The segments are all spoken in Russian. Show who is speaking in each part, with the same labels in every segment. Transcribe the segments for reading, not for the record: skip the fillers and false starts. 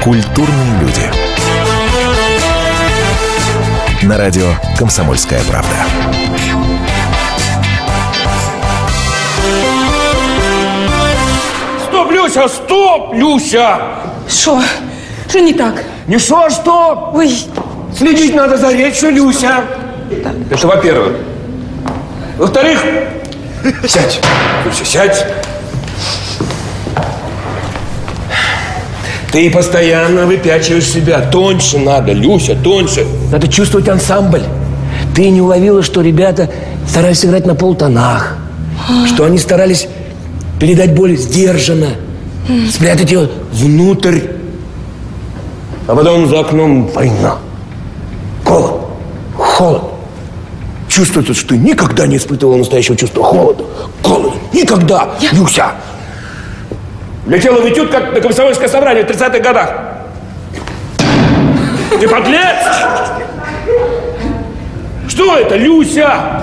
Speaker 1: Культурные люди. На радио «Комсомольская правда».
Speaker 2: Стоп, Люся, стоп, Люся!
Speaker 3: Что? Что не так?
Speaker 2: Не шо, а что?
Speaker 3: Ой.
Speaker 2: Следить надо за речью, Люся.
Speaker 3: Да.
Speaker 2: Это во-первых. Во-вторых, сядь, Люся, сядь. Ты постоянно выпячиваешь себя. Тоньше надо, Люся, тоньше. Надо чувствовать ансамбль. Ты не уловила, что ребята старались играть на полтонах. Что они старались передать боль сдержанно. Спрятать ее внутрь. А потом за окном война. Голод. Холод. Чувствуется, что ты никогда не испытывала настоящего чувства холода. Голода. Никогда, Люся. Летела в этюд, как на комсомольское собрание в 30-х годах. Ты подлец! Что это, Люся?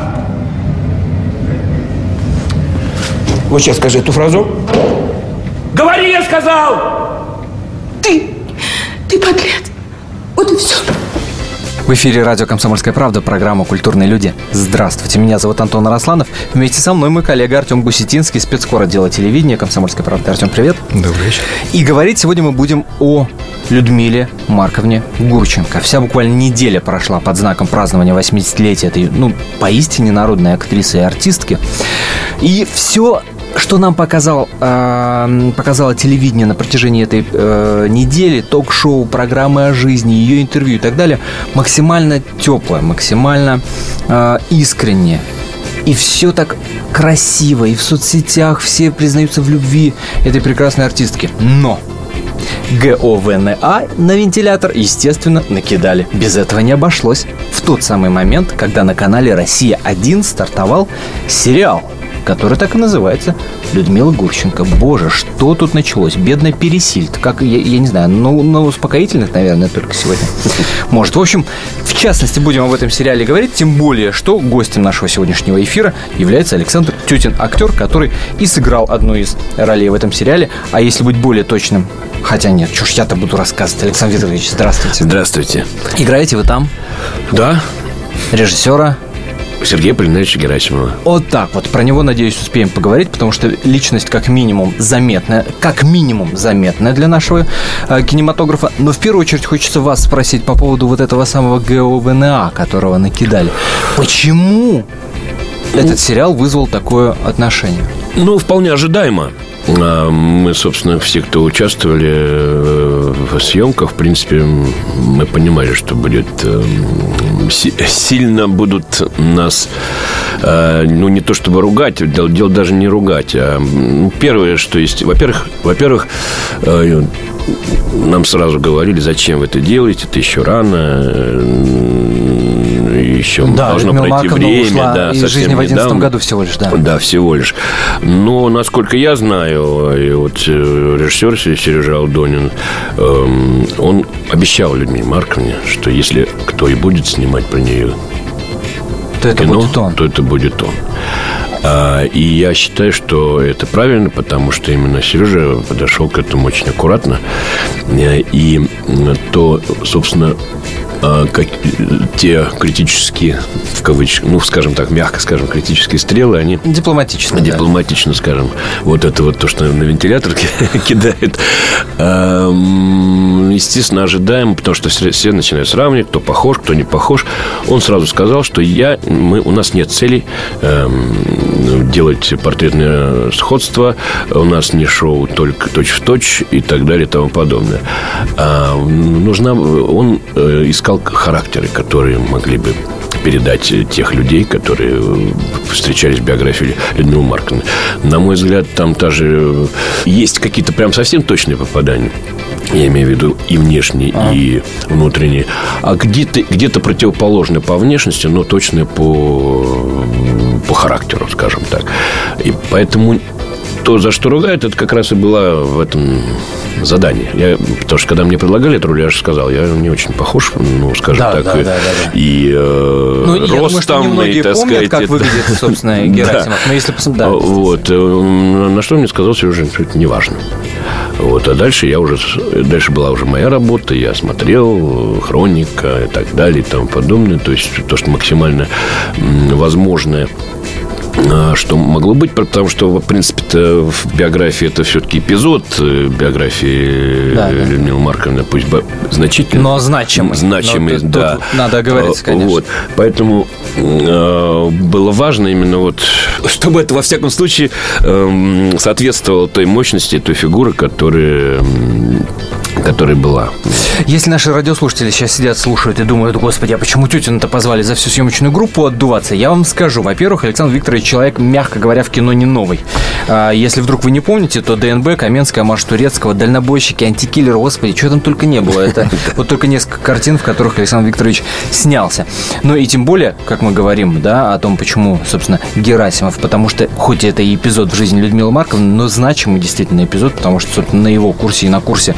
Speaker 2: Вот сейчас скажи эту фразу. Говори, я сказал!
Speaker 3: Ты подлец. Вот и все.
Speaker 4: В эфире радио «Комсомольская правда», программа «Культурные люди». Здравствуйте, меня зовут Антон Арасланов. Вместе со мной мой коллега Артем Гусетинский, спецкор отдела телевидения «Комсомольской правды». Артем, привет.
Speaker 5: Добрый вечер.
Speaker 4: И говорить сегодня мы будем о Людмиле Марковне Гурченко. Вся буквально неделя прошла под знаком празднования 80-летия этой, поистине народной актрисы и артистки. И все, что нам показало телевидение на протяжении этой недели, ток-шоу, программы о жизни, ее интервью и так далее, максимально теплое, максимально искреннее. И все так красиво, и в соцсетях все признаются в любви этой прекрасной артистки. Но ГОВНА на вентилятор, естественно, накидали. Без этого не обошлось. В тот самый момент, когда на канале «Россия-1» стартовал сериал, который так и называется «Людмила Гурченко». Боже, что тут началось? Бедная Пересильд. Как, я не знаю, на успокоительных, наверное, только сегодня. Может. В общем, в частности, будем об этом сериале говорить, тем более, что гостем нашего сегодняшнего эфира является Александр Тютин, актер, который и сыграл одну из ролей в этом сериале. А если быть более точным, хотя нет, чушь, я-то буду рассказывать. Александр Викторович, здравствуйте.
Speaker 5: Здравствуйте.
Speaker 4: Играете вы там?
Speaker 5: Да.
Speaker 4: Режиссера?
Speaker 5: Сергея Полинаровича Герасимова.
Speaker 4: Вот так вот. Про него, надеюсь, успеем поговорить, потому что личность как минимум заметная для нашего кинематографа. Но в первую очередь хочется вас спросить по поводу вот этого самого ГОВНА, которого накидали. Почему этот сериал вызвал такое отношение?
Speaker 5: Вполне ожидаемо. Мы, собственно, все, кто участвовали в съемках, в принципе, мы понимали, что будет сильно будут нас, не то чтобы ругать, дело даже не ругать, а первое, что есть, во-первых, нам сразу говорили, зачем вы это делаете, это еще рано, еще должно пройти время.
Speaker 4: Ушла из жизни в 2011 году всего лишь, да.
Speaker 5: Да, всего лишь. Но, насколько я знаю, и вот режиссер Сережа Алдонин, он обещал Людмиле Марковне, что если кто и будет снимать про нее кино, то это будет он. И я считаю, что это правильно, потому что именно Сережа подошел к этому очень аккуратно. И то, собственно, как те критические, в кавычках, скажем так, мягко скажем, критические стрелы, они... Дипломатично, да. Скажем. Вот это вот то, что на вентилятор кидает. Естественно, ожидаем, потому что все начинают сравнивать, кто похож, кто не похож. Он сразу сказал, что у нас нет целей делать портретное сходство, у нас не шоу только точь-в-точь и так далее и тому подобное. Он искал характеры, которые могли бы передать тех людей, которые встречались в биографии Людмилы Марковны. На мой взгляд, там даже есть какие-то прям совсем точные попадания. Я имею в виду и внешние, и внутренние. А где-то противоположные по внешности, но точные по характеру, скажем так. И поэтому то, за что ругают, это как раз и было в этом задании. Потому что, когда мне предлагали эту роль, я же сказал, я не очень похож, скажем так.
Speaker 4: Да.
Speaker 5: И рост там,
Speaker 4: немногие помнят, как выглядит, собственно, Герасимов. Но если посмотреть,
Speaker 5: вот. На что мне сказал Сережа, что это не важно. Вот, а дальше была уже моя работа. Я смотрел «Хроника» и так далее, и тому подобное. То есть то, что максимально возможное, что могло быть, потому что, в принципе-то, в биографии это все-таки эпизод биографии Людмилы Марковны, пусть значительный.
Speaker 4: Но значимый.
Speaker 5: Значимый, да.
Speaker 4: Надо оговориться, конечно.
Speaker 5: Вот. Поэтому было важно именно вот, чтобы это, во всяком случае, соответствовало той мощности, той фигуры, которая была.
Speaker 4: Если наши радиослушатели сейчас сидят, слушают и думают: господи, а почему Тютина-то позвали за всю съемочную группу отдуваться? Я вам скажу. Во-первых, Александр Викторович человек, мягко говоря, в кино не новый. Если вдруг вы не помните, то ДНБ, Каменская, Марш Турецкого, Дальнобойщики, Антикиллер, господи, чего там только не было. Это вот только несколько картин, в которых Александр Викторович снялся. Ну и тем более, как мы говорим, да, о том, почему, собственно, Герасимов, потому что, хоть это и эпизод в жизни Людмилы Марковны, но значимый действительно эпизод, потому что, собственно, на его курсе и на курсе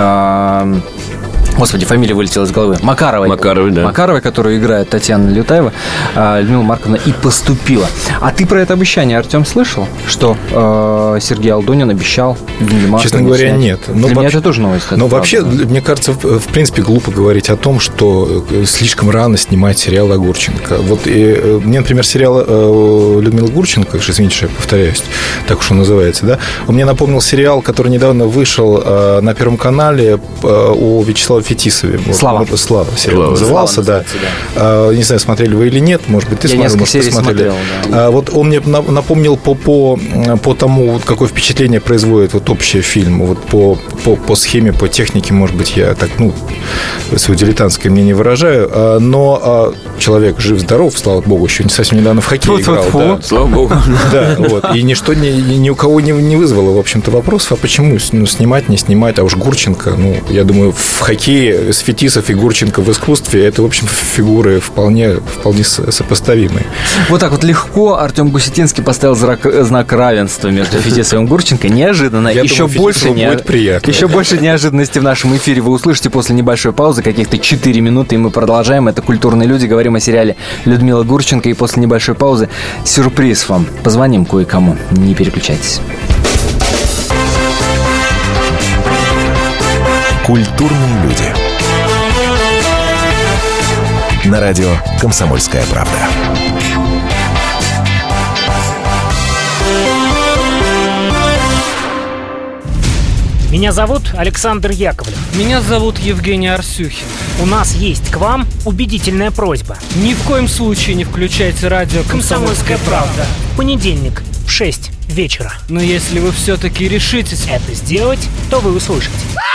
Speaker 4: Господи, фамилия вылетела из головы. Макаровой, да. Макаровой, которую играет Татьяна Лютаева, Людмила Марковна и поступила. А ты про это обещание, Артем, слышал? Что Сергей Алдонин обещал Людмиле Марковне?
Speaker 6: Честно говоря, нет.
Speaker 4: Для меня это тоже новость.
Speaker 6: Но вообще, мне кажется, в принципе, глупо говорить о том, что слишком рано снимать сериал о Гурченко. Вот мне, например, сериал Людмилы Гурченко, извините, что я повторяюсь, так уж он называется, да? Он мне напомнил сериал, который недавно вышел на Первом канале у Вячеслава Фетисове.
Speaker 4: Слава
Speaker 6: сериал назывался, да. Не знаю, смотрели вы или нет, может быть, ты смотрел, может, ты смотрели. Да. Вот он мне напомнил по тому, вот какое впечатление производит вот общий фильм, вот по схеме, по технике, может быть, я так, свое дилетантское мнение выражаю, но человек жив-здоров, слава богу, еще совсем недавно в хоккей играл. Да.
Speaker 5: Слава богу.
Speaker 6: Да, вот. И ничто ни у кого не вызвало, в общем-то, вопросов, а почему снимать, не снимать, а уж Гурченко, я думаю, в хоккее с Фетисов и Гурченко в искусстве, это, в общем, фигуры вполне сопоставимые.
Speaker 4: Вот так вот легко Артем Гусетинский поставил знак равенства между Фетисовым и Гурченко. Неожиданно.
Speaker 6: Я думаю, будет приятно.
Speaker 4: Еще больше неожиданностей в нашем эфире вы услышите после небольшой паузы, каких-то 4 минуты, и мы продолжаем. Это «Культурные люди». Говорим о сериале Людмила Гурченко. И после небольшой паузы сюрприз вам. Позвоним кое-кому. Не переключайтесь.
Speaker 1: Культурные люди. На радио «Комсомольская правда».
Speaker 7: Меня зовут Александр Яковлев.
Speaker 8: Меня зовут Евгений Арсюхин.
Speaker 7: У нас есть к вам убедительная просьба.
Speaker 8: Ни в коем случае не включайте радио «Комсомольская правда».
Speaker 7: В понедельник в 6 вечера.
Speaker 8: Но если вы все-таки решитесь
Speaker 7: это сделать, то вы услышите.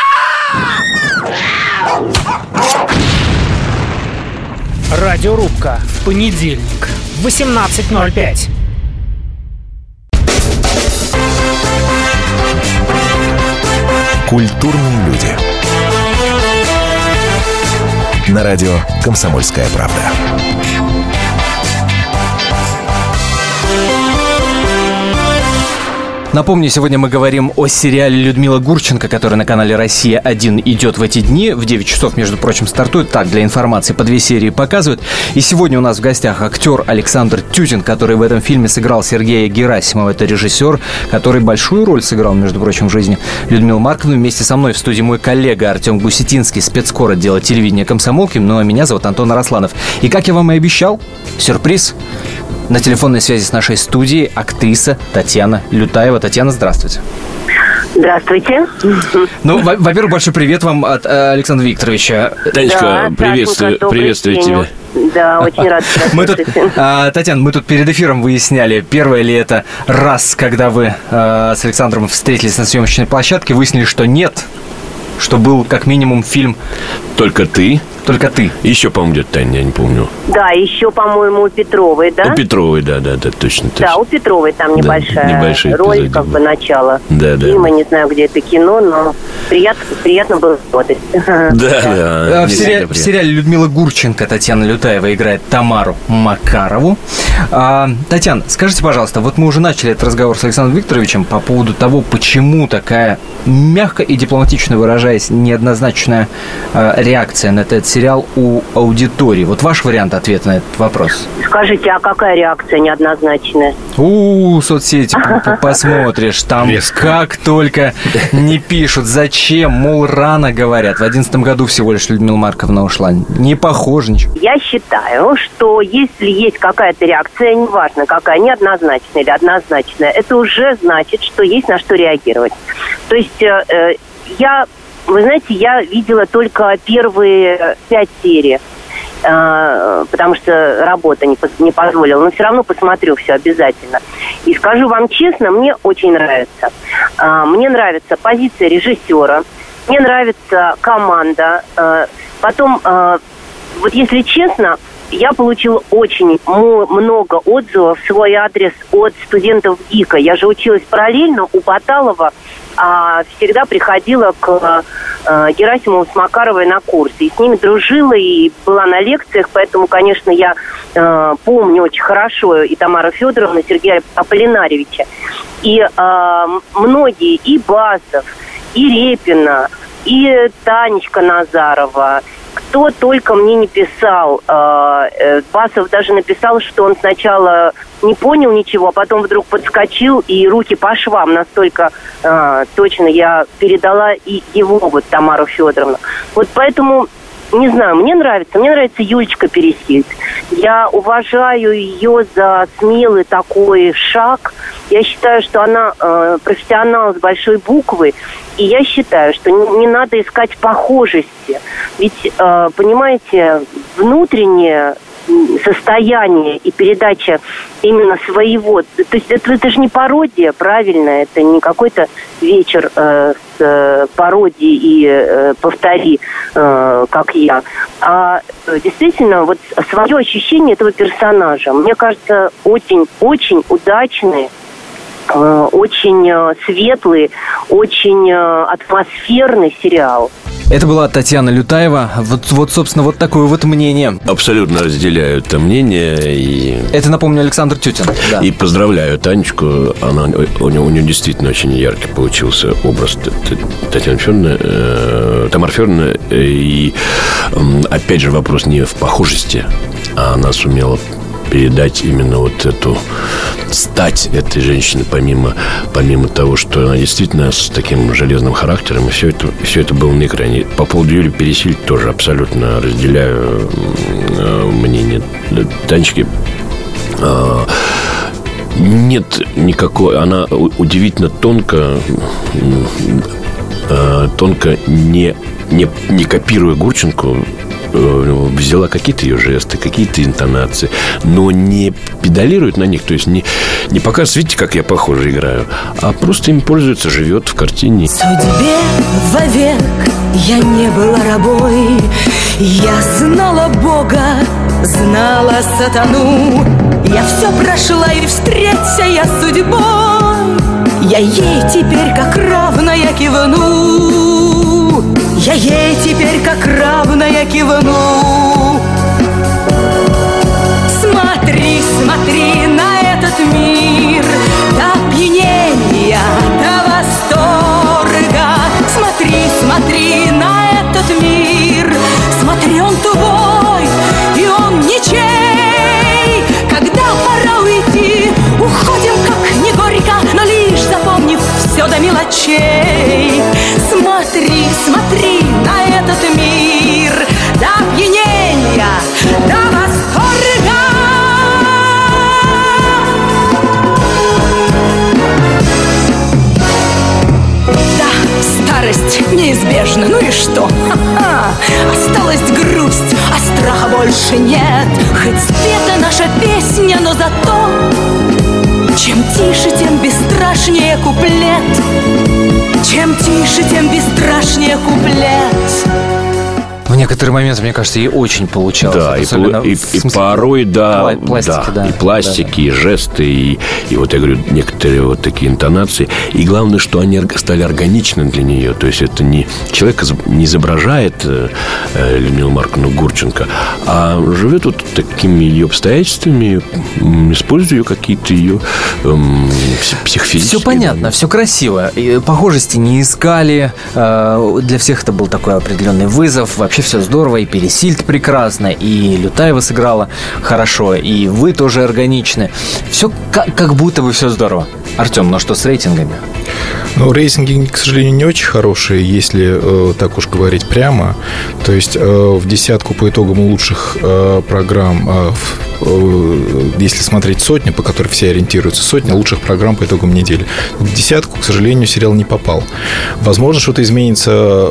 Speaker 7: Радиорубка
Speaker 8: в понедельник
Speaker 7: в 18:05.
Speaker 1: Культурные люди. На радио «Комсомольская правда».
Speaker 4: Напомню, сегодня мы говорим о сериале Людмила Гурченко, который на канале «Россия-1» идет в эти дни. В 9 часов, между прочим, стартует. Так, для информации, по 2 серии показывают. И сегодня у нас в гостях актер Александр Тютин, который в этом фильме сыграл Сергея Герасимова. Это режиссер, который большую роль сыграл, между прочим, в жизни Людмилы Марковны. Вместе со мной в студии мой коллега Артем Гусетинский, спецкор отдела телевидения «Комсомолки». Ну, а меня зовут Антон Арасланов. И, как я вам и обещал, сюрприз. На телефонной связи с нашей студией актриса Татьяна Лютаева. Татьяна, здравствуйте.
Speaker 9: Здравствуйте.
Speaker 4: Ну, во-первых, большой привет вам от Александра Викторовича.
Speaker 5: Танечка, приветствую тебя.
Speaker 9: Да, очень рад.
Speaker 4: Татьяна, мы тут перед эфиром выясняли, первый ли это раз, когда вы с Александром встретились на съемочной площадке, выяснили, что нет, что был как минимум фильм
Speaker 5: «Только ты».
Speaker 4: Только ты.
Speaker 5: Еще, по-моему, где-то, Таня, я не помню.
Speaker 9: Да, еще, по-моему, у Петровой, да?
Speaker 5: У Петровой, да, точно.
Speaker 9: Да, у Петровой там небольшая роль, как бы начало.
Speaker 5: Да.
Speaker 9: Фильма, не знаю, где это кино, но приятно было работать.
Speaker 5: Да.
Speaker 4: В сериале Людмила Гурченко Татьяна Лютаева играет Тамару Макарову. Татьяна, скажите, пожалуйста, вот мы уже начали этот разговор с Александром Викторовичем по поводу того, почему такая, мягко и дипломатично выражаясь, неоднозначная реакция на этот сериал у аудитории. Вот ваш вариант ответа на этот вопрос.
Speaker 9: Скажите, а какая реакция неоднозначная?
Speaker 4: Соцсети посмотришь, там как только не пишут, зачем, мол, рано говорят. В 2011 году всего лишь Людмила Марковна ушла. Не похоже ничего.
Speaker 9: Я считаю, что если есть какая-то реакция, неважно какая, неоднозначная или однозначная, это уже значит, что есть на что реагировать. То есть вы знаете, я видела только первые 5 серий, потому что работа не позволила, но все равно посмотрю все обязательно. И скажу вам честно, мне очень нравится. Мне нравится позиция режиссера, мне нравится команда. Потом, вот если честно, я получила очень много отзывов в свой адрес от студентов ГИКа. Я же училась параллельно у Баталова, всегда приходила к Герасимову с Макаровой на курсы. И с ними дружила, и была на лекциях, поэтому, конечно, я помню очень хорошо и Тамару Федоровну, и Сергея Аполлинарьевича. И многие, и Басов, и Репина, и Танечка Назарова, кто только мне не писал. Басов даже написал, что он сначала не понял ничего, а потом вдруг подскочил, и руки по швам. Настолько точно я передала и его, вот Тамару Федоровну. Вот поэтому, не знаю, мне нравится Юлечка Пересильд. Я уважаю ее за смелый такой шаг. Я считаю, что она профессионал с большой буквы. И я считаю, что не надо искать похожести. Ведь, понимаете, внутреннее состояние и передача именно своего. То есть это же не пародия, правильно? Это не какой-то вечер с пародией и повтори, как я. А действительно, вот свое ощущение этого персонажа, мне кажется, очень-очень удачные, очень светлый, очень атмосферный сериал.
Speaker 4: Это была Татьяна Лютаева. Вот, собственно, вот такое вот мнение.
Speaker 5: Абсолютно разделяю это мнение. И...
Speaker 4: Это, напомню, Александр Тютин. Да.
Speaker 5: И поздравляю Танечку. У нее действительно очень яркий получился образ Татьяны Федоровны, Тамары Федоровны. И, опять же, вопрос не в похожести, а она сумела передать именно вот эту стать этой женщины, помимо того, что она действительно с таким железным характером, и все это было на экране. По поводу Юлии Пересильд тоже абсолютно разделяю мнение Танечки. Нет никакой... Она удивительно тонко не копируя Гурченко, взяла какие-то ее жесты, какие-то интонации, но не педалирует на них, то есть не показывает, видите, как я похоже играю, а просто им пользуется, живет в картине.
Speaker 10: Судьбе вовек я не была рабой, я знала Бога, знала сатану, я все прошла и встреться я с судьбой, я ей теперь как равная кивну. Я ей теперь как равная кивну. Смотри, смотри на этот мир, до пьянения, до восторга. Смотри, смотри на этот мир, смотри, он твой, и он ничей. Когда пора уйти, уходим как не горько, но лишь запомнив все до мелочей. Смотри, смотри на этот мир, до пьянения, до восторга. Да, старость неизбежна, ну и что? Ха-ха. Осталась грусть, а страха больше нет. Хоть спета наша песня, но зато чем тише, тем бесстрашнее куплет. Чем тише, тем бесстрашнее куплет.
Speaker 4: В некоторые моменты, мне кажется, ей очень получалось.
Speaker 5: Да, и порой, да,
Speaker 4: пластики, да.
Speaker 5: И пластики, и жесты, и вот я говорю, некоторые вот такие интонации. И главное, что они стали органичны для нее. То есть это не человек не изображает Людмилу Марковну Гурченко, а живет вот такими ее обстоятельствами, используя ее какие-то ее психофизические...
Speaker 4: Все понятно, все красиво. И похожести не искали. Для всех это был такой определенный вызов. Вообще все здорово. И Пересильд прекрасно, и Лютаева сыграла хорошо, и вы тоже органичны. Все как будто бы все здорово. Артем, ну что с рейтингами?
Speaker 6: Ну, рейтинги, к сожалению, не очень хорошие, если так уж говорить прямо. То есть в десятку по итогам лучших программ, если смотреть сотню, по которой все ориентируются, сотня лучших программ по итогам недели. В десятку, к сожалению, сериал не попал. Возможно, что-то изменится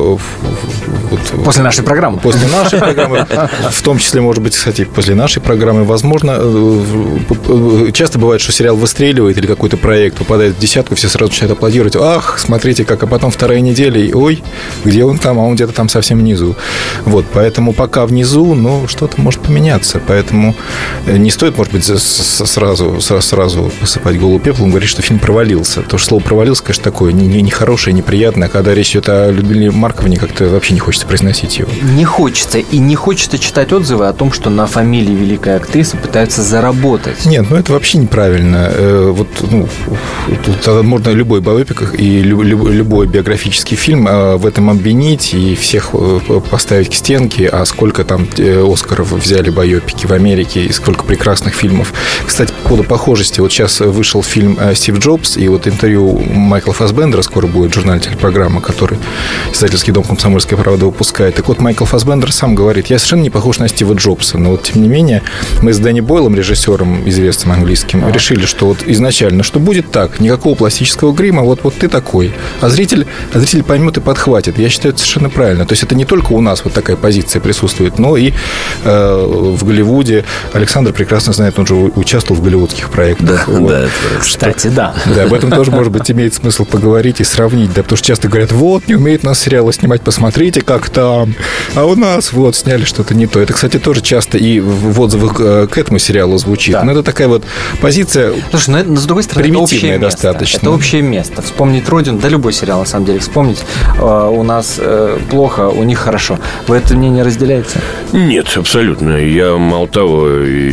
Speaker 4: после нашей программы.
Speaker 6: После нашей программы. В том числе, может быть, кстати, после нашей программы. Возможно, часто бывает, что сериал выстреливает или какой-то проект попадает в десятку, все сразу начинают аплодировать. Ах, смотрите, как, а потом вторая неделя, и ой, где он там, а он где-то там совсем внизу. Вот, поэтому пока внизу, но что-то может поменяться. Поэтому не стоит, может быть, сразу посыпать голову пеплом, говорить, что фильм провалился. Потому что слово «провалился», конечно, такое нехорошее, неприятное. Когда речь идет о Людмиле Марковне, как-то вообще не хочется произносить его.
Speaker 4: Не хочется. И не хочется читать отзывы о том, что на фамилии великой актрисы пытаются заработать.
Speaker 6: Нет, ну это вообще неправильно. Вот, ну, тут можно любой байопик и любой биографический фильм в этом обвинить и всех поставить к стенке, а сколько там Оскаров взяли байопики в Америке и сколько прекрасных фильмов. Кстати, по поводу похожести, вот сейчас вышел фильм «Стив Джобс», и вот интервью Майкла Фассбендера скоро будет в журнале «Телепрограмма», который издательский дом «Комсомольская правда» выпускает. Так вот, Майкл Фассбендер сам говорит: я совершенно не похож на Стива Джобса, но вот, тем не менее, мы с Дэнни Бойлом, режиссером известным английским, решили, что вот изначально, что будет так, никакого пластического грима, вот ты такой. А зритель поймет и подхватит. Я считаю, это совершенно правильно. То есть это не только у нас вот такая позиция присутствует, но и в Голливуде. Александр прекрасно знает, он же участвовал в голливудских проектах.
Speaker 5: Да,
Speaker 6: вот.
Speaker 5: да.
Speaker 4: Кстати, да.
Speaker 6: Да, об этом тоже, может быть, имеет смысл поговорить и сравнить, да, потому что часто говорят: вот, не умеет нас сериалы снимать, посмотрите, как там. А у нас вот сняли что-то не то. Это, кстати, тоже часто и в отзывах к этому сериалу звучит. Да. Но это такая вот позиция.
Speaker 4: Слушай, но с другой стороны,
Speaker 6: примитивная достаточно.
Speaker 4: Это общее место. Вспомнить «Родину», да любой сериал, на самом деле, вспомнить. У нас плохо, у них хорошо. Вы это мнение разделяете?
Speaker 5: Нет, абсолютно. Я, мало того,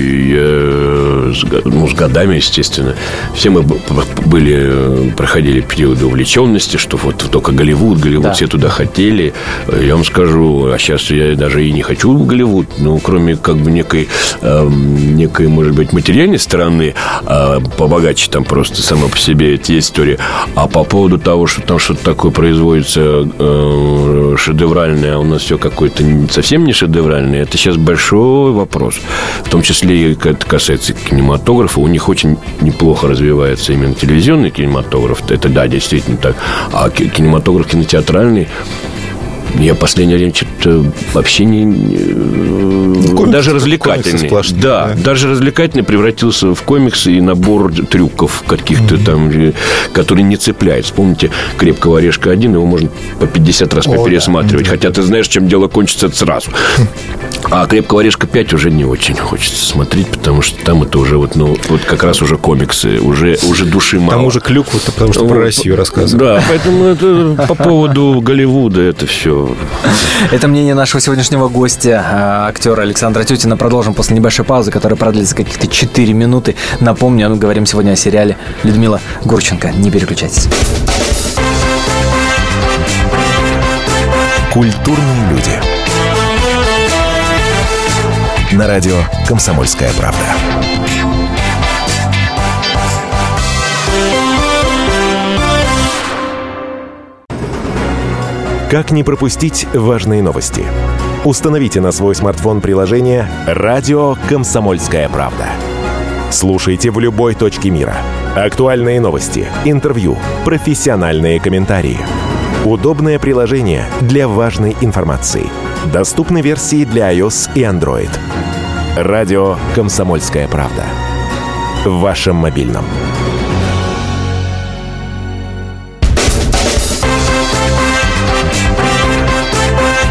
Speaker 5: с годами, естественно, все мы проходили периоды увлеченности, что вот только Голливуд, да. Все туда хотели. Я вам скажу, а сейчас я даже и не хочу в Голливуд, ну, кроме как бы некой, может быть, материальной стороны, побогаче там просто сама по себе эти истории. А по поводу того, что там что-то такое производится шедевральное, а у нас все какое-то совсем не шедевральное, это сейчас большой вопрос. В том числе и это касается кинематографа. У них очень неплохо развивается именно телевизионный кинематограф. Это да, действительно так. А кинематограф кинотеатральный, я в последнее время что-то вообще даже развлекательный. Да, даже развлекательный превратился в комиксы и набор трюков каких-то там, которые не цепляют. Вспомните «Крепкого орешка 1», его можно по 50 раз пересматривать. Хотя ты знаешь, чем дело кончится сразу. А «Крепкого орешка 5» уже не очень хочется смотреть, потому что там это уже вот как раз уже комиксы, уже души мало.
Speaker 6: Там уже клюква, потому что про Россию рассказывают.
Speaker 5: Да, поэтому это по поводу Голливуда это все.
Speaker 4: Это мнение нашего сегодняшнего гостя, актера Александра Тютина. Продолжим после небольшой паузы, которая продлится каких-то 4 минуты. Напомню, мы говорим сегодня о сериале Людмила Гурченко. Не переключайтесь.
Speaker 1: Культурные люди. На радио «Комсомольская правда». Как не пропустить важные новости? Установите на свой смартфон приложение «Радио Комсомольская правда». Слушайте в любой точке мира. Актуальные новости, интервью, профессиональные комментарии. Удобное приложение для важной информации. Доступны версии для iOS и Android. «Радио Комсомольская правда». В вашем мобильном.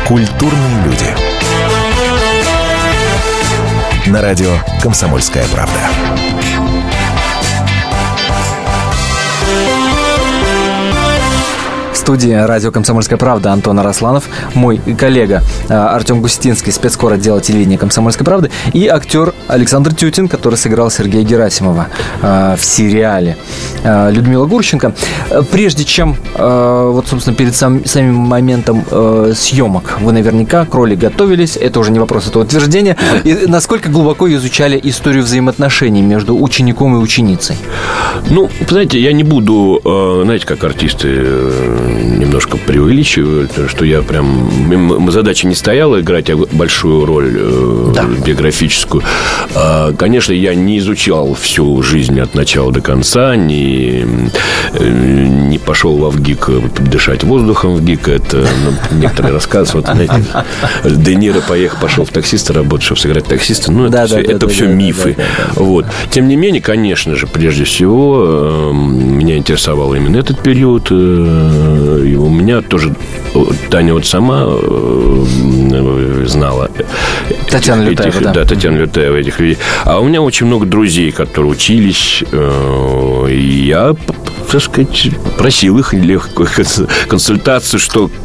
Speaker 1: Культурные люди. На радио «Комсомольская правда».
Speaker 4: В студии радио «Комсомольская правда» Антон Арасланов, мой коллега Артем Густинский, спецкор отдела телевидения «Комсомольской правды», и актер Александр Тютин, который сыграл Сергея Герасимова в сериале Людмила Гурченко. Прежде чем, вот, собственно, перед самим моментом съемок вы наверняка к роли готовились, это уже не вопрос, это утверждение. И насколько глубоко изучали историю взаимоотношений между учеником и ученицей?
Speaker 5: Ну, знаете, я не буду, знаете, как артисты немножко преувеличивают, что я прям... Задача не стояла играть большую роль биографическую. Конечно, я не изучал всю жизнь от начала до конца, не пошел в ВГИК дышать воздухом в ГИК. Это некоторые рассказы. Вот, знаете, Де Ниро пошел в таксиста работать, чтобы сыграть таксиста. Ну, это все мифы. Вот. Тем не менее, конечно же, прежде всего, меня интересовал именно этот период. И у меня тоже Таня вот сама знала
Speaker 4: Татьяна Лютаева,
Speaker 5: да, Татьяна Лютаева этих людей. А у меня очень много друзей, которые учились, и я, так сказать, просил их консультацию,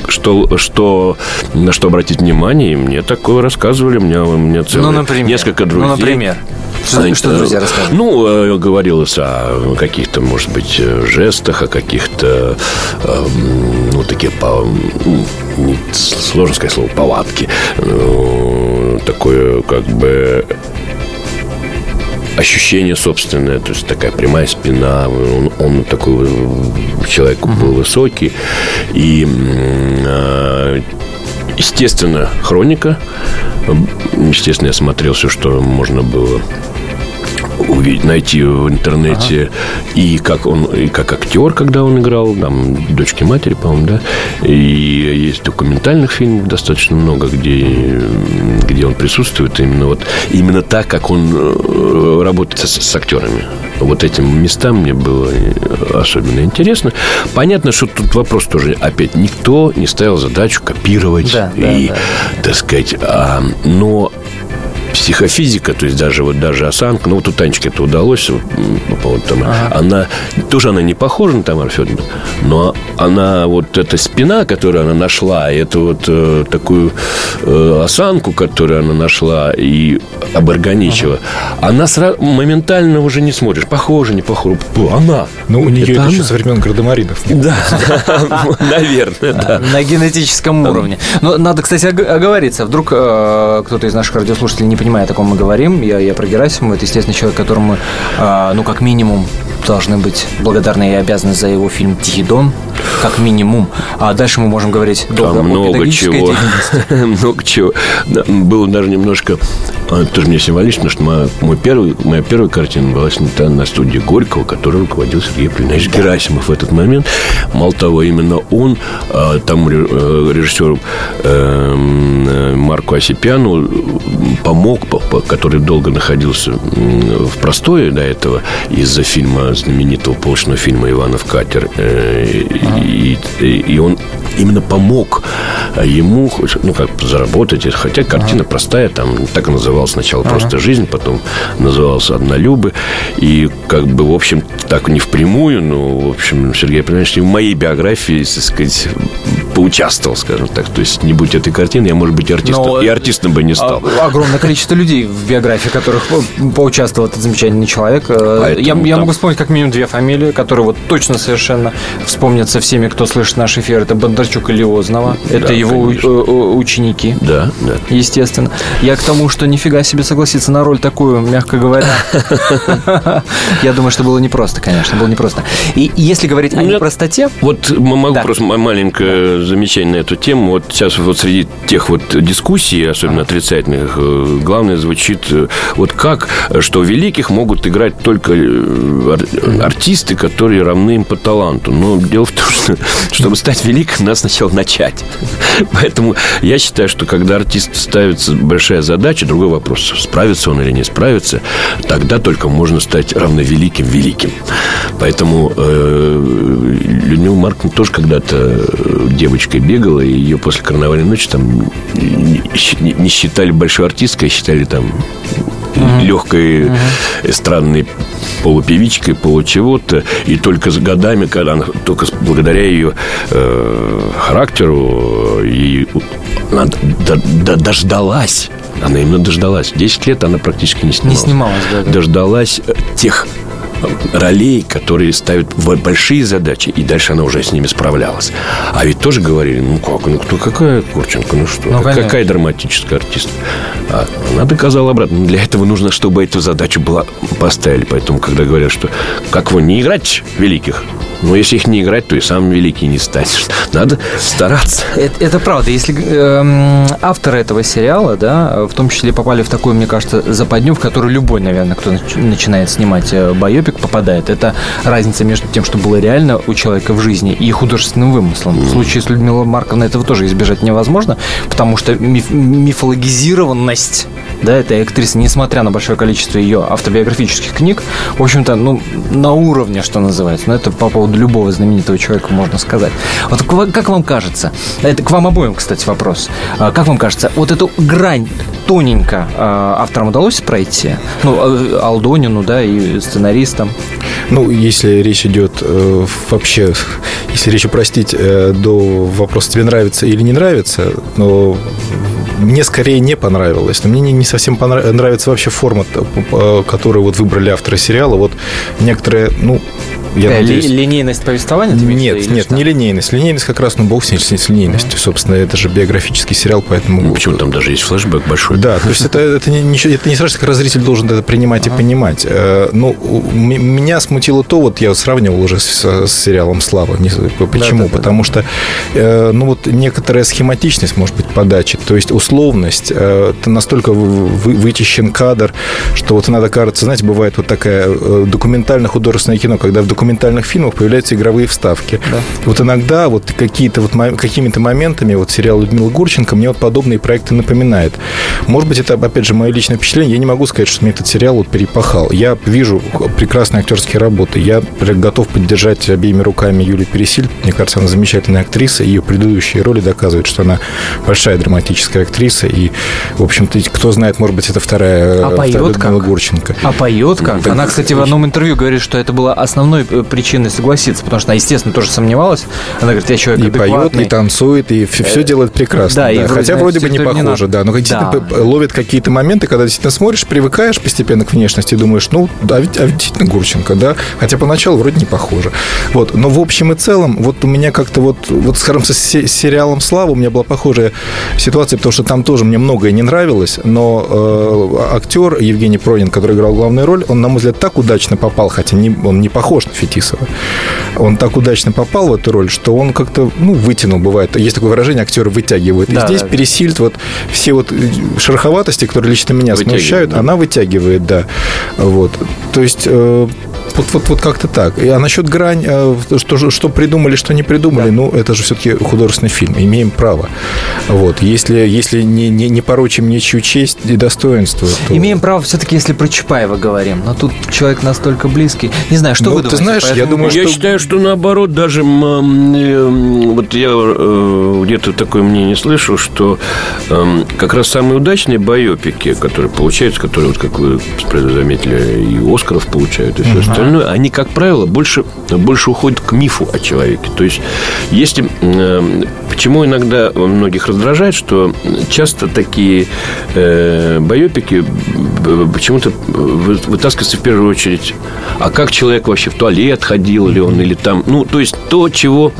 Speaker 5: на что обратить внимание, и мне такое рассказывали. У меня несколько друзей.
Speaker 4: Ну, например? Что друзья рассказывали?
Speaker 5: Ну, говорилось о каких-то, может быть, жестах, о каких-то, такие, сложно сказать слово, повадки. Такое, как бы, ощущение собственное, то есть такая прямая спина, он такой человек был высокий, и, естественно, хроника. Естественно, я смотрел все, что можно было увидеть, найти в интернете. И как актер, когда он играл, там, «Дочки матери», по-моему, да. И есть документальных фильмов достаточно много, где он присутствует именно так, как он работает с актерами. Вот этим местам мне было особенно интересно. Понятно, что тут вопрос тоже, опять, никто не ставил задачу копировать так сказать, но психофизика, то есть даже осанка, вот у Танечки это удалось, по поводу там, она не похожа на Тамару Федоровну, но она, вот эта спина, которую она нашла, и эту вот такую осанку, которую она нашла и оборганичила, она моментально уже не смотришь, похоже, не похоже, она.
Speaker 6: Ну, у нее это еще со времен Гардемаринов.
Speaker 5: Да, наверное, да.
Speaker 4: На генетическом уровне. Но надо, кстати, оговориться. Вдруг кто-то из наших радиослушателей не понимает, о ком мы говорим. Я про Герасимова. Это, естественно, человек, которому мы, как минимум, должны быть благодарны и обязаны за его фильм «Тихий Дон», как минимум. А дальше мы можем говорить долго о педагогической деятельности.
Speaker 5: Много чего. Было даже немножко... Тоже мне символично, потому что моя первая картина была снята на студии Горького, которой руководил Сергей Плинович Герасимов в этот момент. Мало того, именно он, тому режиссеру Марку Осипяну помог, который долго находился в простое до этого из-за фильма, знаменитого полочного фильма «Иванов катер». И он именно помог ему, заработать. Хотя картина простая, там так и называлась сначала «Просто жизнь», потом назывался «Однолюбы». И в общем, так не впрямую, но, в общем, Сергей Плинович в моей биографии, так сказать, поучаствовал, скажем так. То есть, не будь этой картины, я, может быть, артистом бы не стал.
Speaker 4: Огромное количество людей в биографии, которых поучаствовал этот замечательный человек. Я могу вспомнить как минимум 2 фамилии, которые вот точно совершенно вспомнятся всеми, кто слышит наш эфир. Это Бондарчук и Лиознова. Это его ученики.
Speaker 5: Да.
Speaker 4: Естественно. Я к тому, что нифига себе согласиться на роль такую, мягко говоря. Я думаю, что было непросто, конечно. Было непросто. И если говорить о непростоте...
Speaker 5: Вот могу просто маленькое замечание на эту тему. Вот сейчас вот среди тех вот дискуссий, особенно отрицательных, главное звучит вот как, что великих могут играть только артисты, которые равны им по таланту. Но дело в том, что чтобы стать великим, надо сначала начать. Поэтому я считаю, что когда артисту ставится большая задача, другой вопрос, справится он или не справится, тогда только можно стать равновеликим великим. Поэтому Людмила Марковна тоже когда-то девочка девочкой бегала, и ее после «Карнавальной ночи» там не считали большой артисткой, считали там легкой эстрадной полупевичкой, получего-то. И только с годами, когда она, только благодаря ее характеру, она дождалась. Она именно дождалась. 10 лет она практически не снималась.
Speaker 4: Не снималась, да.
Speaker 5: Дождалась тех ролей, которые ставят большие задачи, и дальше она уже с ними справлялась. А ведь тоже говорили, какая Гурченко, какая драматическая артистка. А она доказала обратно. Для этого нужно, чтобы эту задачу поставили. Поэтому, когда говорят, что как вы не играть великих, но если их не играть, то и сам великий не станешь. Надо стараться.
Speaker 4: Это правда. Если авторы этого сериала, да, в том числе попали в такую, мне кажется, западню, в которую любой, наверное, кто начинает снимать байопик, попадает. Это разница между тем, что было реально у человека в жизни, и художественным вымыслом. В случае с Людмилой Марковной этого тоже избежать невозможно, потому что мифологизированность, да, этой актрисы, несмотря на большое количество ее автобиографических книг, в общем-то, на уровне, что называется. Но это по поводу любого знаменитого человека можно сказать. Вот как вам кажется, это к вам обоим, кстати, вопрос, как вам кажется, вот эту грань тоненько авторам удалось пройти? Алдонину, да, и сценаристам?
Speaker 6: Если речь идет вообще, если речь упростить до вопроса, тебе нравится или не нравится, но мне скорее не понравилось. Но мне не совсем нравится вообще формат, который вот выбрали авторы сериала. Вот некоторые, я надеюсь...
Speaker 4: Линейность повествования?
Speaker 6: Нет, не линейность. Линейность как раз, бог с линейностью. Собственно, это же биографический сериал, поэтому...
Speaker 5: Почему там даже есть флешбэк большой?
Speaker 6: Да, то есть это не сразу, как зритель должен это принимать и понимать. Меня смутило то, вот я сравнивал уже с сериалом «Слава». Почему? Потому что некоторая схематичность, может быть, подачи, то есть условность, настолько вычищен кадр, что вот иногда кажется, знаете, бывает вот такая документально-художественное кино, когда в документальных фильмах появляются игровые вставки. Да. Вот иногда какими-то моментами сериал Людмилы Гурченко мне подобные проекты напоминает. Может быть, это, опять же, мое личное впечатление. Я не могу сказать, что мне этот сериал перепахал. Я вижу прекрасные актерские работы. Я готов поддержать обеими руками Юлию Пересильд. Мне кажется, она замечательная актриса. Ее предыдущие роли доказывают, что она большая драматическая актриса. И, в общем-то, кто знает, может быть, это вторая Людмила Гурченко.
Speaker 4: А поет как? Она, кстати, в одном интервью говорит, что это была основной причиной согласиться, потому что она, естественно, тоже сомневалась. Она говорит, я человек адекватный.
Speaker 6: И поет, и танцует, и все делает прекрасно. Да, да. Хотя вроде бы не похоже, да. Но действительно ловит какие-то моменты, когда действительно смотришь, привыкаешь постепенно к внешности, думаешь, ведь действительно Гурченко, да. Хотя поначалу вроде не похоже. Вот. Но в общем и целом, вот у меня как-то скажем, с сериалом «Слава» у меня была похожая ситуация, потому что там тоже мне многое не нравилось, но актер Евгений Пронин, который играл главную роль, он, на мой взгляд, так удачно попал, хотя он не похож на Фетисова. Он так удачно попал в эту роль, что он как-то, вытянул, бывает. Есть такое выражение, актеры вытягивают. И здесь Пересильд все шероховатости, которые лично меня смущают, она вытягивает, да. Вот. То есть... Вот как-то так. А насчет грань, что придумали, что не придумали, это же все-таки художественный фильм. Имеем право. Вот. Если не порочим ничью честь и достоинство, то...
Speaker 4: Имеем право все-таки, если про Чапаева говорим. Но тут человек настолько близкий. Не знаю, что вы думаете?
Speaker 6: Ты знаешь,
Speaker 5: я считаю, что наоборот, даже вот я где-то такое мнение слышал, что как раз самые удачные байопики, которые получаются, которые, как вы заметили, и Оскаров получают, и все остальное, они, как правило, больше уходят к мифу о человеке. То есть, если... Почему иногда многих раздражает, что часто такие байопики почему-то вытаскиваются в первую очередь, а как человек вообще в туалет ходил ли он, или там... то есть, то, чего...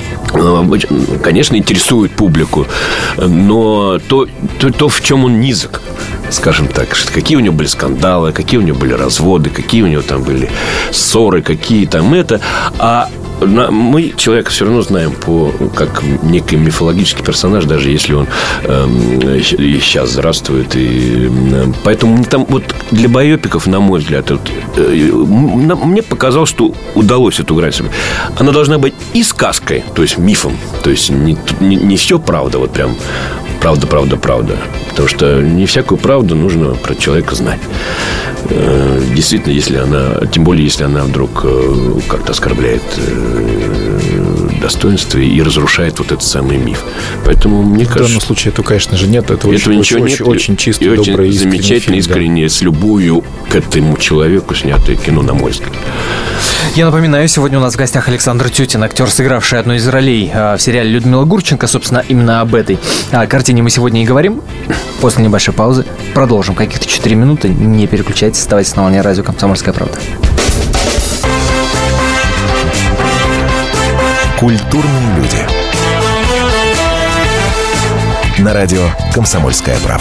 Speaker 5: Конечно, интересует публику, но то, в чем он низок, скажем так, какие у него были скандалы, какие у него были разводы, какие у него там были ссоры, какие там это. А мы человека все равно знаем как некий мифологический персонаж, даже если он и сейчас здравствует. И поэтому там для байопиков, на мой взгляд, мне показалось, что удалось эту грань себе. Она должна быть и сказкой, то есть мифом, то есть не все правда, прям правда. Потому что не всякую правду нужно про человека знать. Действительно, тем более, если она вдруг как-то оскорбляет достоинства и разрушает вот этот самый миф. Поэтому, мне кажется...
Speaker 6: В данном случае этого, конечно же, нет. Это очень чистый,
Speaker 5: и очень
Speaker 6: добрый,
Speaker 5: замечательный, искренне, с любовью к этому человеку снятое кино, на мой взгляд.
Speaker 4: Я напоминаю, сегодня у нас в гостях Александр Тютин, актер, сыгравший одну из ролей в сериале Людмила Гурченко. Собственно, именно об этой картине мы сегодня и говорим. После небольшой паузы продолжим. Каких-то 4 минуты. Не переключайтесь, оставайтесь на волне радио «Комсомольская правда».
Speaker 1: Культурные люди. На радио «Комсомольская правда».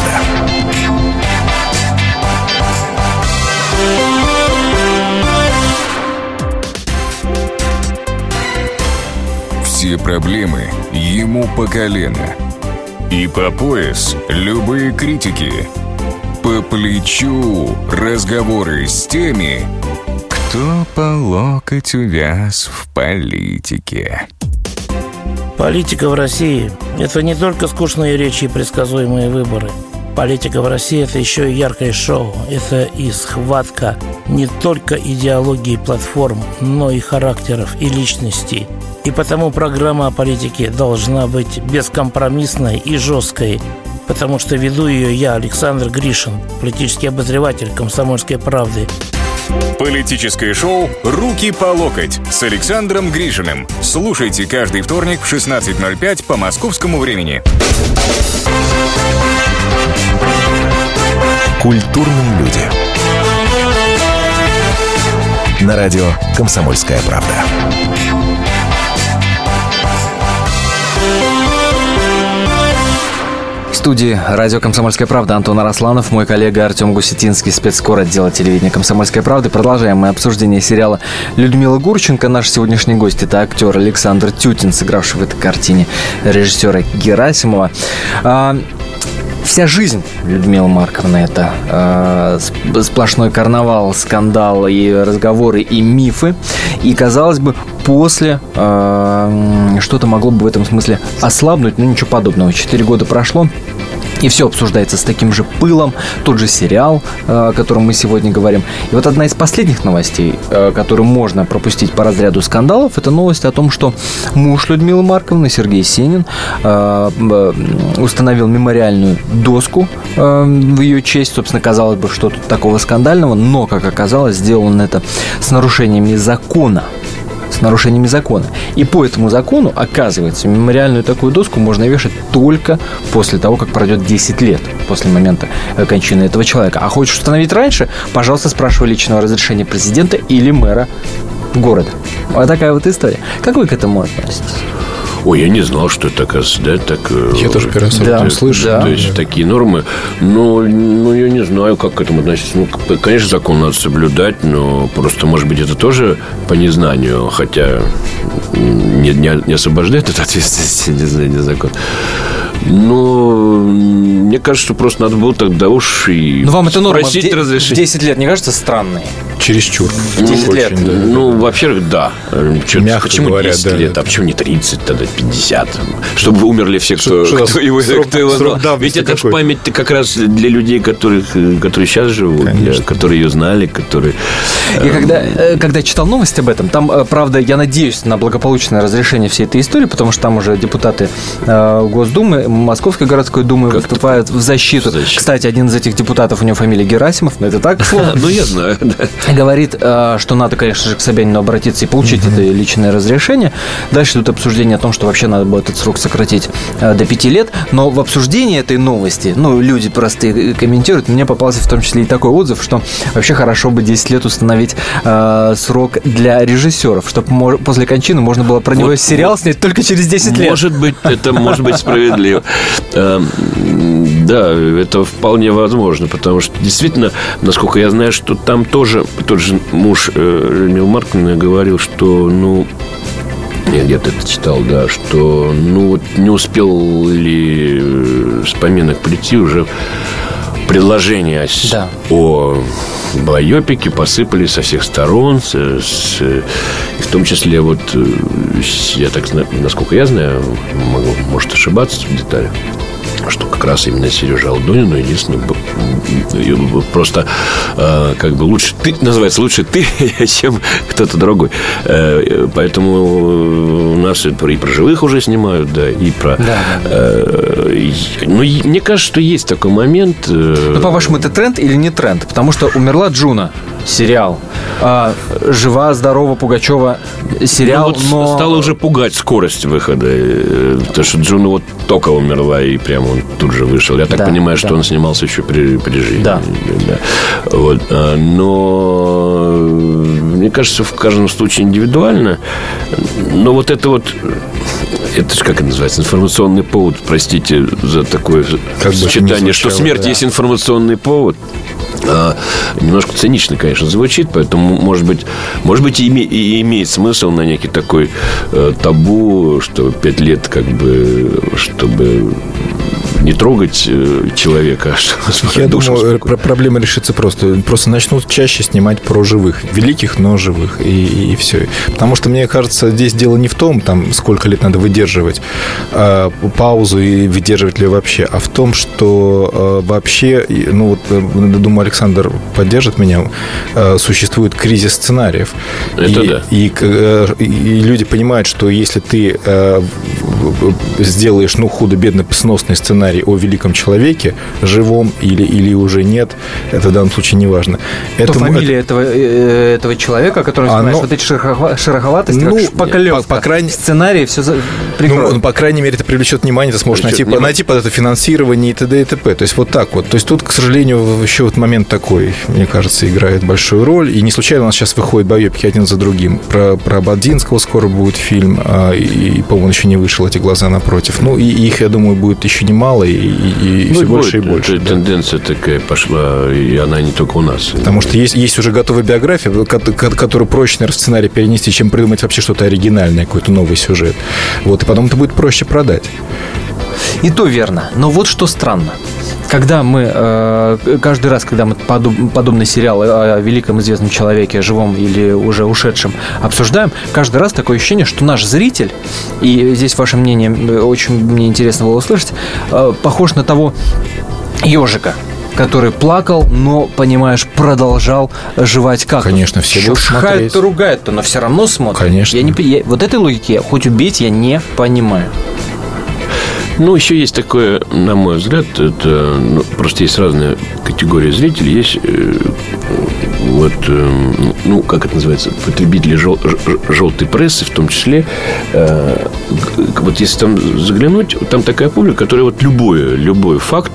Speaker 11: Все проблемы ему по колено. И по пояс любые критики. По плечу разговоры с теми, кто по локоть увяз в политике.
Speaker 12: Политика в России – это не только скучные речи и предсказуемые выборы. Политика в России – это еще и яркое шоу. Это и схватка не только идеологии и платформ, но и характеров и личностей. И потому программа о политике должна быть бескомпромиссной и жесткой, потому что веду ее я, Александр Гришин, политический обозреватель «Комсомольской правды».
Speaker 11: Политическое шоу «Руки по локоть» с Александром Гришиным. Слушайте каждый вторник в 16:05 по московскому времени.
Speaker 1: Культурные люди. На радио «Комсомольская правда».
Speaker 4: В студии радио «Комсомольская правда» Антон Арасланов, мой коллега Артем Гусетинский, спецкор отдела телевидения «Комсомольской правды». Продолжаем мы обсуждение сериала Людмила Гурченко. Наш сегодняшний гость – это актер Александр Тютин, сыгравший в этой картине режиссера Герасимова. Вся жизнь Людмилы Марковны – это сплошной карнавал, скандал и разговоры, и мифы. И, казалось бы, после что-то могло бы в этом смысле ослабнуть, но ничего подобного. 4 года прошло, и все обсуждается с таким же пылом. Тот же сериал, о котором мы сегодня говорим. И вот одна из последних новостей, которую можно пропустить по разряду скандалов, это новость о том, что муж Людмилы Марковны, Сергей Сенин, установил мемориальную доску в ее честь. Собственно, казалось бы, что тут такого скандального, но, как оказалось, сделал он это с нарушениями закона. И по этому закону, оказывается, мемориальную такую доску можно вешать только после того, как пройдет 10 лет после момента кончины этого человека. А хочешь установить раньше, пожалуйста, спрашивай личного разрешения президента или мэра города. Вот такая вот история. Как вы к этому относитесь?
Speaker 5: Ой, я не знал, что это, оказывается, да, так...
Speaker 6: Я тоже первый раз об этом слышу.
Speaker 5: Да. То есть такие нормы. Но я не знаю, как к этому относиться. Конечно, закон надо соблюдать, но просто, может быть, это тоже по незнанию, хотя не освобождает от ответственности незнание закона. Но мне кажется, что просто надо было тогда уж и
Speaker 4: вам это норма
Speaker 5: просить разрешения.
Speaker 4: 10 лет, не кажется, странной?
Speaker 6: Чересчур.
Speaker 4: 10 лет.
Speaker 6: Очень, да.
Speaker 5: Ну, во-первых, да.
Speaker 6: Почему
Speaker 5: говоря, 10 лет?
Speaker 6: Да.
Speaker 5: А почему не 30, тогда 50? Чтобы умерли все, кто его знал. Ведь это же память как раз для людей, которые сейчас живут, которые ее знали, которые...
Speaker 4: Я когда читал новость об этом, там, правда, я надеюсь на благополучное разрешение всей этой истории, потому что там уже депутаты Госдумы, Московской городской думы выступают в защиту. Кстати, один из этих депутатов, у него фамилия Герасимов, но это так, слово.
Speaker 5: Ну, я знаю, да.
Speaker 4: Говорит, что надо, конечно же, к Собянину обратиться и получить это личное разрешение. Дальше идут обсуждения о том, что вообще надо было этот срок сократить до 5 лет. Но в обсуждении этой новости, люди простые комментируют, мне попался в том числе и такой отзыв, что вообще хорошо бы 10 лет установить срок для режиссеров, чтобы после кончины можно было про него сериал снять только через 10 лет.
Speaker 5: Может быть, это может быть справедливо. Да, это вполне возможно, потому что действительно, насколько я знаю, что там тоже тот же муж Людмилы Марковны говорил, что, я где-то это читал, да, что, не успел ли с поминок прийти уже предложения о байопике посыпались со всех сторон, в том числе, я так, насколько я знаю, могу, может ошибаться в деталях, что как раз именно Сережа Алдонину единственное, просто как бы лучше ты, называется, лучше ты, чем кто-то другой. Поэтому у нас и про живых уже снимают, да, и про... Ну, мне кажется, что есть такой момент.
Speaker 4: Ну, по-вашему, это тренд или не тренд? Потому что «Умерла Джуна» сериал, «Жива, здорова» Пугачева сериал,
Speaker 5: но... Стало уже пугать скорость выхода. Потому что Джуна вот только умерла, и прямо он тут же вышел. Я так понимаю, что он снимался еще при жизни. Да. Вот. Но мне кажется, в каждом случае индивидуально. Но вот это вот... Это же, как это называется, информационный повод. Простите за такое сочетание, что смерть есть информационный повод. Немножко цинично, конечно, звучит, поэтому, может быть, и имеет смысл на некий такой табу, что 5 лет, как бы, чтобы не трогать человека.
Speaker 6: Я думаю, проблема решится просто. Просто начнут чаще снимать про живых. Великих, но живых. И все. Потому что, мне кажется, здесь дело не в том, там, сколько лет надо выдерживать паузу и выдерживать ли вообще, а в том, что вообще, ну вот, думаю, Александр поддержит меня, существует кризис сценариев.
Speaker 5: Это
Speaker 6: и люди понимают, что если ты сделаешь, ну, худо-бедно сносный сценарий о великом человеке, живом или уже нет, это в данном случае не важно.
Speaker 4: То фамилия этого человека, который снимаешь, вот эти шероховатости, ну, как шпаклевка,
Speaker 6: по крайней...
Speaker 4: сценарий, все прикроет.
Speaker 6: Ну, по крайней мере, это привлечет внимание, ты сможешь найти под это финансирование и т.д. и т.п. То есть, вот так вот. То есть, тут, к сожалению, еще вот момент такой, мне кажется, играет большую роль. И не случайно у нас сейчас выходят байопики один за другим. Про Ободзинского скоро будет фильм, и, по-моему, он еще не вышел, «Эти глаза напротив». Ну, и их, я думаю, будет еще немало, и все больше и больше.
Speaker 5: Тенденция такая пошла, и она не только у нас.
Speaker 6: Потому что есть уже готовая биография, которую проще, наверное, в сценарий перенести, чем придумать вообще что-то оригинальное, какой-то новый сюжет. Вот, и потом это будет проще продать.
Speaker 4: И то верно. Но вот что странно. Когда мы, каждый раз, когда мы подобный сериал о великом известном человеке, живом или уже ушедшем, обсуждаем, каждый раз такое ощущение, что наш зритель, и здесь ваше мнение очень мне интересно было услышать, похож на того ежика, который плакал, но, понимаешь, продолжал жевать кактус.
Speaker 6: Конечно, все будут смотреть.
Speaker 4: Шухает-то, ругает-то, но все равно смотрят.
Speaker 6: Конечно.
Speaker 4: Вот этой логики, хоть убить, я не понимаю.
Speaker 5: Ну, еще есть такое, на мой взгляд, это просто есть разные категории зрителей. Есть вот, ну, как это называется, потребители желтой прессы, в том числе. Вот если там заглянуть, там такая публика, которая вот любой факт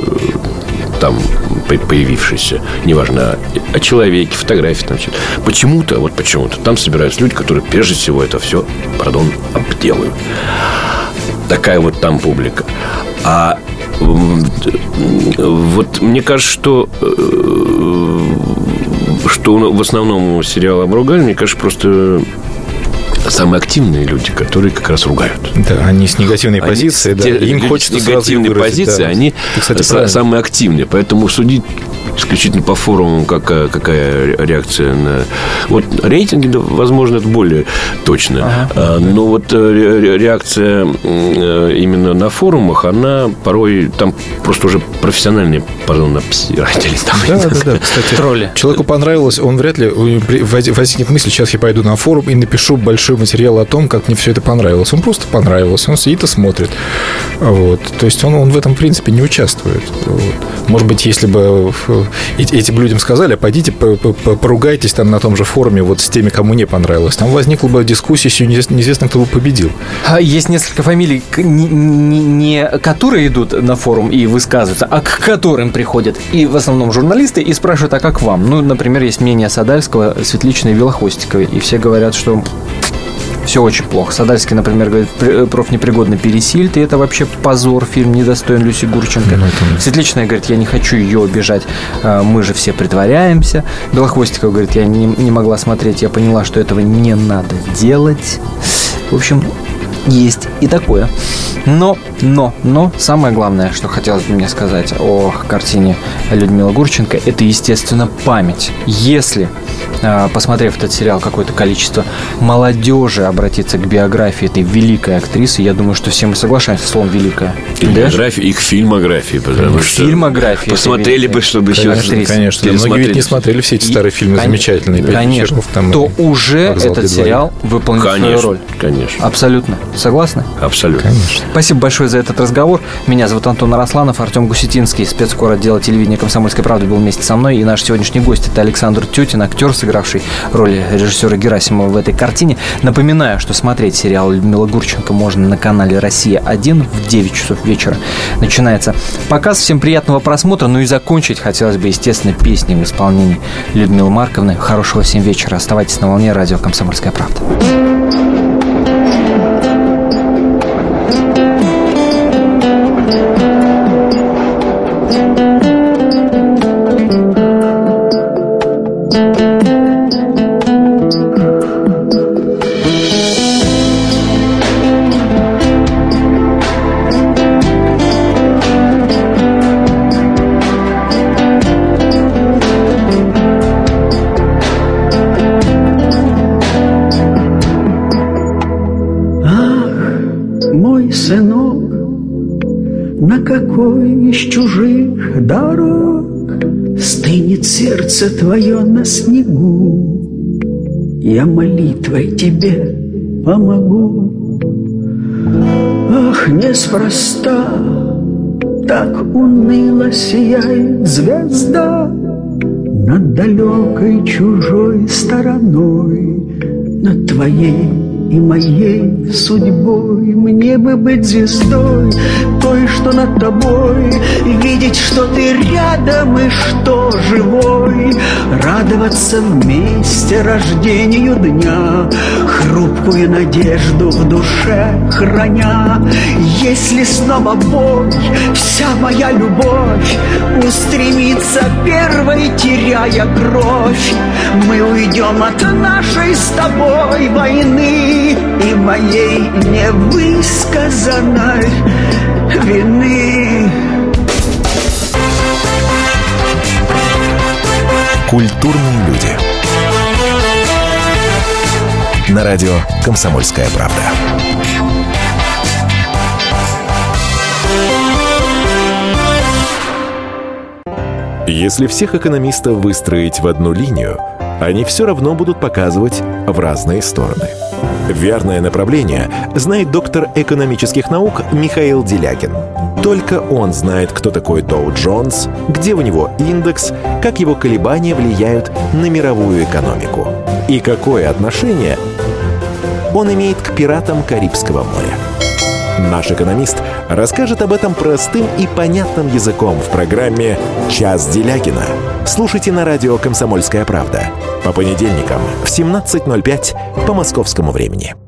Speaker 5: там появившийся, неважно, о человеке, фотографии, там, почему-то там собираются люди, которые прежде всего это все, обделают. Такая вот там публика. А вот мне кажется, что в основном сериал обругали, мне кажется, просто самые активные люди, которые как раз ругают.
Speaker 6: Да, они с негативной позиции, да. Им хочется
Speaker 5: с негативной позиции, да. Они, кстати, самые активные. Поэтому судить исключительно по форумам, какая реакция на... Вот рейтинги, возможно, это более точно. Но вот реакция именно на форумах, она порой... Там просто уже профессиональные порнопсиратели.
Speaker 6: Да. Кстати, тролли. Человеку понравилось, он вряд ли возникнет мысль, сейчас я пойду на форум и напишу большой материал о том, как мне все это понравилось. Он просто понравился. Он сидит и смотрит. Вот. То есть он в этом, в принципе, не участвует. Вот. Может быть, если бы этим людям сказали, а пойдите поругайтесь там на том же форуме вот с теми, кому не понравилось. Там возникла бы дискуссия, еще неизвестно, кто бы победил.
Speaker 4: Есть несколько фамилий, не которые идут на форум и высказываются, а к которым приходят и в основном журналисты и спрашивают, а как вам? Ну, например, есть мнение Садальского, Светличной и Белохвостиковой, и все говорят, что все очень плохо. Садальский, например, говорит, профнепригодный Пересильд, и это вообще позор, фильм недостоин Люси Гурченко. Светличная говорит, я не хочу ее обижать, мы же все притворяемся. Белохвостикова говорит, я не могла смотреть, я поняла, что этого не надо делать. В общем, есть и такое. Но самое главное, что хотелось бы мне сказать о картине Людмилы Гурченко, это, естественно, память. Если, посмотрев этот сериал, какое-то количество молодежи обратится к биографии этой великой актрисы, я думаю, что все мы соглашаемся с словом «великая».
Speaker 5: И к фильмографии, потому что
Speaker 4: фильмографии
Speaker 5: посмотрели бы, чтобы еще...
Speaker 6: Конечно. Многие ведь не смотрели все эти старые фильмы замечательные.
Speaker 4: Конечно. То уже этот сериал выполнил свою роль.
Speaker 5: Конечно.
Speaker 4: Абсолютно. Согласны?
Speaker 5: Абсолютно.
Speaker 6: Конечно.
Speaker 4: Спасибо большое за этот разговор. Меня зовут Антон Арасланов, Артем Гусетинский, спецкор отдела телевидения «Комсомольской правды» был вместе со мной. И наш сегодняшний гость – это Александр Тютин, актер, сыгравший роль режиссера Герасимова в этой картине. Напоминаю, что смотреть сериал Людмила Гурченко можно на канале «Россия-1» в 9 часов вечера. Начинается показ. Всем приятного просмотра. Ну и закончить хотелось бы, естественно, песней в исполнении Людмилы Марковны. Хорошего всем вечера. Оставайтесь на волне радио «Комсомольская правда».
Speaker 13: Какой из чужих дорог стынет сердце твое на снегу? Я молитвой тебе помогу. Ах, неспроста так уныло сияет звезда над далекой чужой стороной, над твоей и моей судьбой. Мне бы быть звездой, той, что над тобой, видеть, что ты рядом и что живой, радоваться вместе рождению дня, хрупкую надежду в душе храня. Если снова бой, вся моя любовь устремится первой, теряя кровь, мы уйдем от нашей с тобой войны и моей невысказанной вины.
Speaker 1: Культурные люди. На радио «Комсомольская правда». Если всех экономистов выстроить в одну линию, они все равно будут показывать в разные стороны. Верное направление знает доктор экономических наук Михаил Делягин. Только он знает, кто такой Доу Джонс, где у него индекс, как его колебания влияют на мировую экономику и какое отношение он имеет к пиратам Карибского моря. Наш экономист расскажет об этом простым и понятным языком в программе «Час Делягина». Слушайте на радио «Комсомольская правда» по понедельникам в 17:05 по московскому времени.